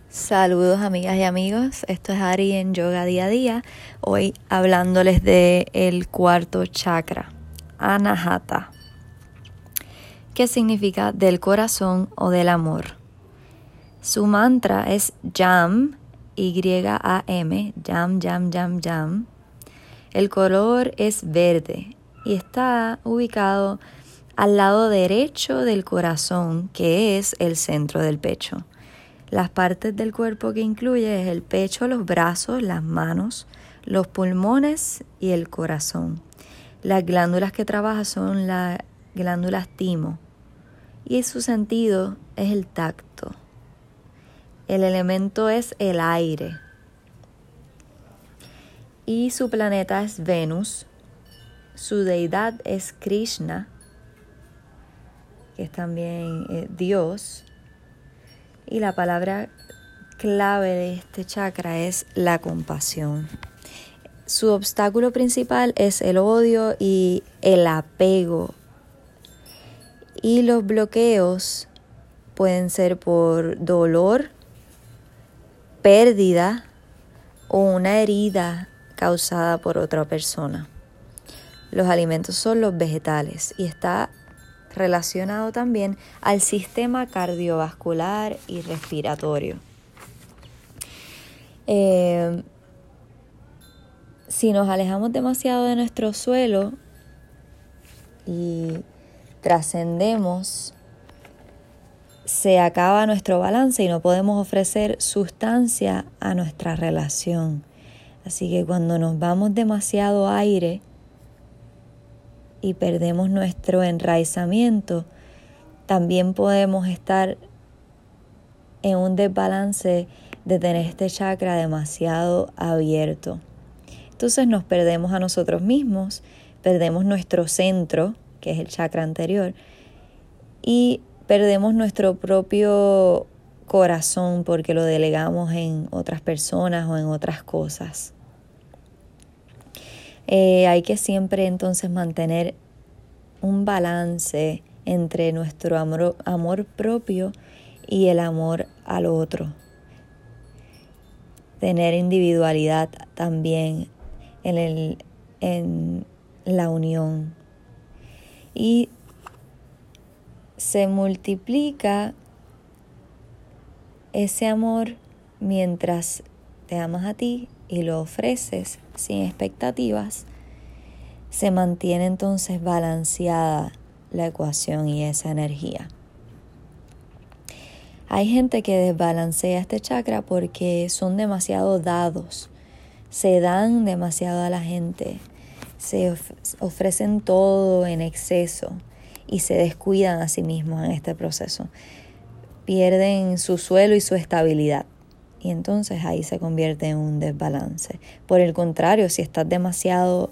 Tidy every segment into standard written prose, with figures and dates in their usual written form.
Saludos amigas y amigos, esto es Ari en Yoga Día a Día, hoy hablándoles de el cuarto chakra, Anahata, que significa del corazón o del amor. Su mantra es Yam, Y-A-M, Yam, Yam, Yam, Yam. El color es verde y está ubicado al lado derecho del corazón, que es el centro del pecho. Las partes del cuerpo que incluye es el pecho, los brazos, las manos, los pulmones y el corazón. Las glándulas que trabaja son las glándulas timo y su sentido es el tacto. El elemento es el aire y su planeta es Venus. Su deidad es Krishna, que es también Dios. Y la palabra clave de este chakra es la compasión. Su obstáculo principal es el odio y el apego. Y los bloqueos pueden ser por dolor, pérdida o una herida causada por otra persona. Los alimentos son los vegetales y está relacionado también al sistema cardiovascular y respiratorio. Si nos alejamos demasiado de nuestro suelo y trascendemos, se acaba nuestro balance y no podemos ofrecer sustancia a nuestra relación. Así que cuando nos vamos demasiado aire y perdemos nuestro enraizamiento, también podemos estar en un desbalance de tener este chakra demasiado abierto. Entonces nos perdemos a nosotros mismos, perdemos nuestro centro, que es el chakra anterior, y perdemos nuestro propio corazón porque lo delegamos en otras personas o en otras cosas. Hay que siempre entonces mantener un balance entre nuestro amor propio y el amor al otro. Tener individualidad también en la unión. Y se multiplica ese amor mientras te amas a ti y lo ofreces sin expectativas. Se mantiene entonces balanceada la ecuación y esa energía. Hay gente que desbalancea este chakra porque son demasiado dados, se dan demasiado a la gente, se ofrecen todo en exceso y se descuidan a sí mismos en este proceso. Pierden su suelo y su estabilidad y entonces ahí se convierte en un desbalance. Por el contrario, si estás demasiado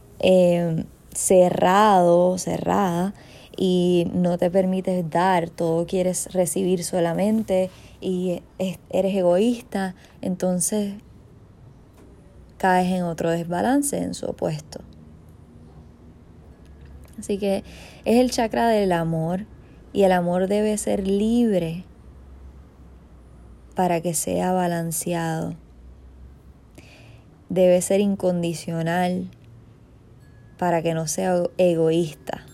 cerrada y no te permites dar, todo quieres recibir solamente y eres egoísta, entonces caes en otro desbalance, en su opuesto. Así que es el chakra del amor y el amor debe ser libre para que sea balanceado. Debe ser incondicional para que no sea egoísta.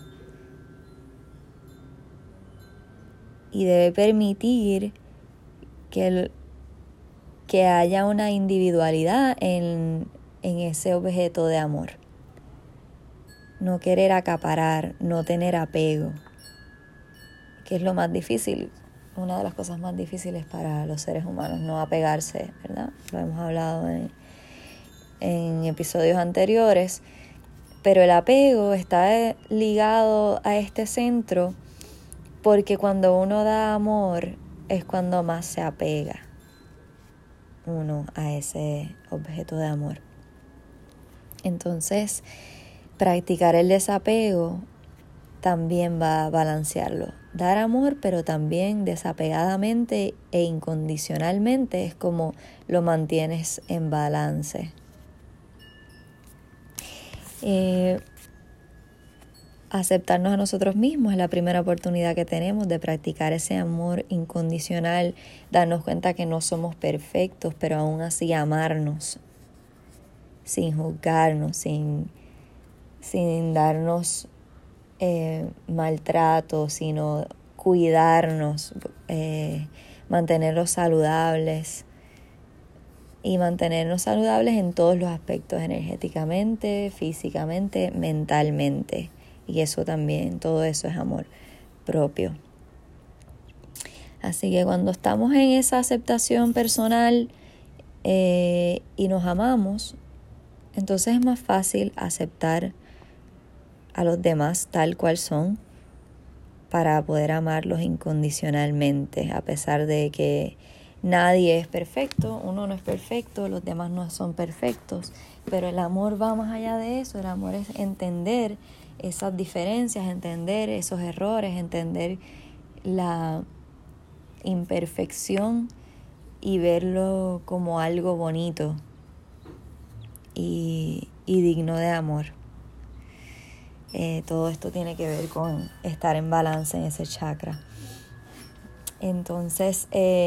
Y debe permitir que haya una individualidad en ese objeto de amor. No querer acaparar, no tener apego, que es lo más difícil, una de las cosas más difíciles para los seres humanos, no apegarse, ¿verdad? Lo hemos hablado en episodios anteriores, pero el apego está ligado a este centro porque cuando uno da amor es cuando más se apega uno a ese objeto de amor. Entonces, practicar el desapego también va a balancearlo. Dar amor, pero también desapegadamente e incondicionalmente es como lo mantienes en balance. aceptarnos a nosotros mismos es la primera oportunidad que tenemos de practicar ese amor incondicional, darnos cuenta que no somos perfectos, pero aún así amarnos, sin juzgarnos, sin darnos maltrato, sino cuidarnos, mantenernos saludables y mantenernos saludables en todos los aspectos, energéticamente, físicamente, mentalmente. Y eso también, todo eso es amor propio. Así que cuando estamos en esa aceptación personal y nos amamos, entonces es más fácil aceptar a los demás tal cual son para poder amarlos incondicionalmente, a pesar de que nadie es perfecto, uno no es perfecto, los demás no son perfectos, pero el amor va más allá de eso. El amor es entender esas diferencias, entender esos errores, entender la imperfección y verlo como algo bonito y digno de amor. Todo esto tiene que ver con estar en balance en ese chakra. Entonces,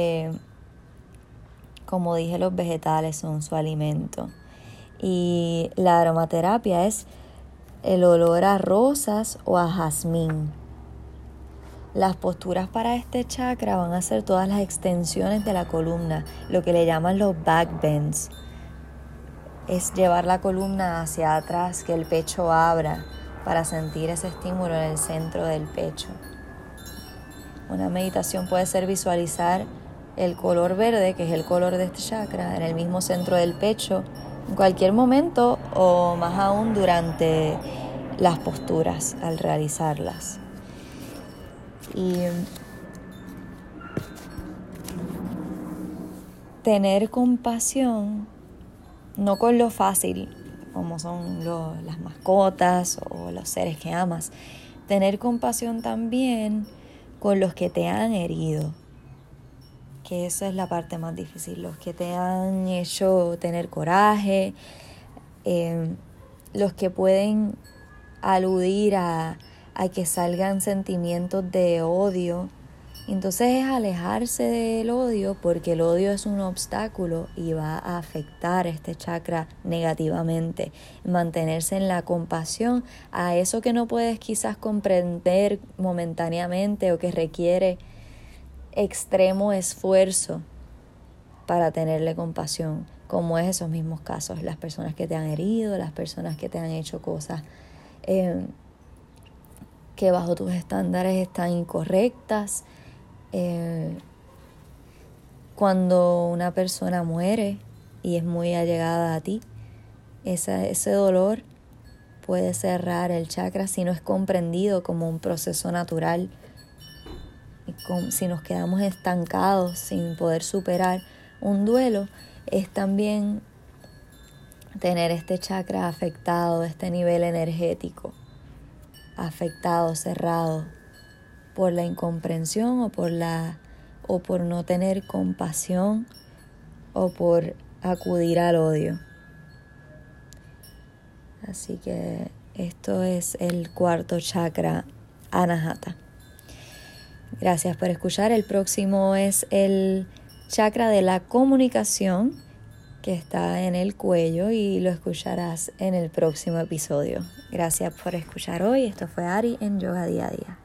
como dije, los vegetales son su alimento. Y la aromaterapia es el olor a rosas o a jazmín. Las posturas para este chakra van a ser todas las extensiones de la columna, lo que le llaman los back bends. Es llevar la columna hacia atrás, que el pecho abra para sentir ese estímulo en el centro del pecho. Una meditación puede ser visualizar el color verde, que es el color de este chakra, en el mismo centro del pecho, en cualquier momento o más aún durante las posturas, al realizarlas. Y tener compasión, no con lo fácil, como son las mascotas o los seres que amas. Tener compasión también con los que te han herido, que esa es la parte más difícil, los que te han hecho tener coraje, los que pueden aludir a que salgan sentimientos de odio. Entonces es alejarse del odio, porque el odio es un obstáculo y va a afectar este chakra negativamente. Mantenerse en la compasión a eso que no puedes quizás comprender momentáneamente o que requiere extremo esfuerzo para tenerle compasión, como es esos mismos casos, las personas que te han herido, las personas que te han hecho cosas que bajo tus estándares están incorrectas. Cuando una persona muere y es muy allegada a ti, ese dolor puede cerrar el chakra si no es comprendido como un proceso natural. Y si nos quedamos estancados sin poder superar un duelo, es también tener este chakra afectado, este nivel energético afectado, cerrado, por la incomprensión o por no tener compasión o por acudir al odio. Así que esto es el cuarto chakra, Anahata. Gracias por escuchar. El próximo es el chakra de la comunicación, que está en el cuello, y lo escucharás en el próximo episodio. Gracias por escuchar hoy. Esto fue Ari en Yoga Día a Día.